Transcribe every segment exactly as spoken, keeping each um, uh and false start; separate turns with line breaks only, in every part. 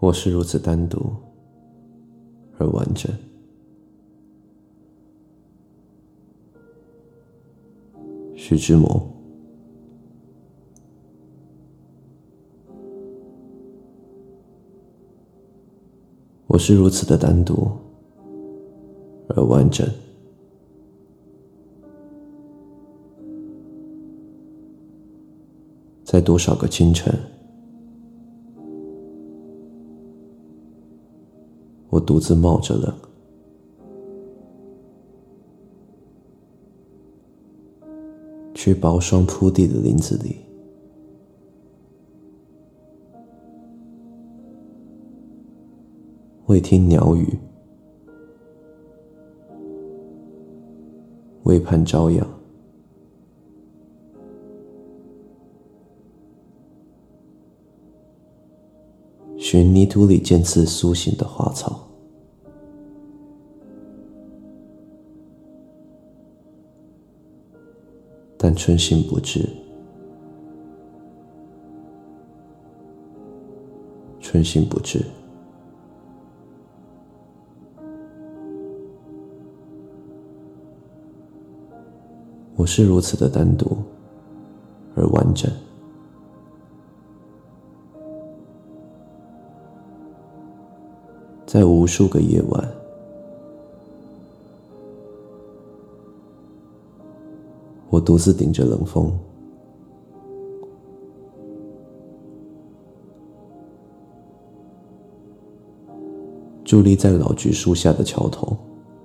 我是如此单独而完整。徐志摩。我是如此的单独而完整。在多少个清晨，我独自冒着冷，去薄霜铺地的林子里，为听鸟语，为盼朝阳，寻泥土里渐次苏醒的花草。但春心不至，春心不至。我是如此的单独而完整。在无数个夜晚，我独自顶着冷风，伫立在老橘树下的桥头，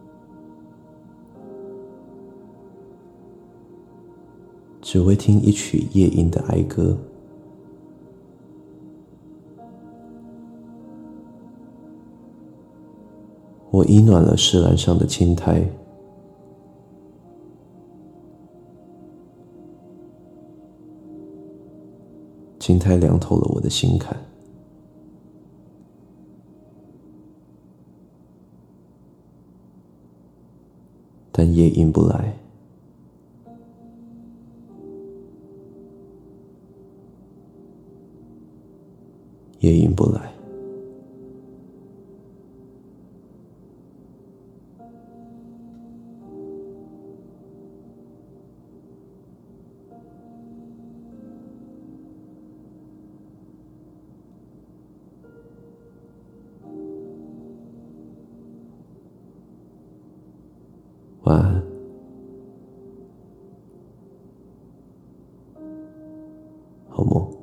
只为听一曲夜莺的哀歌。我依暖了石栏上的青苔，青苔凉透了我的心坎。但夜莺不来，夜莺不来。晚安，好梦。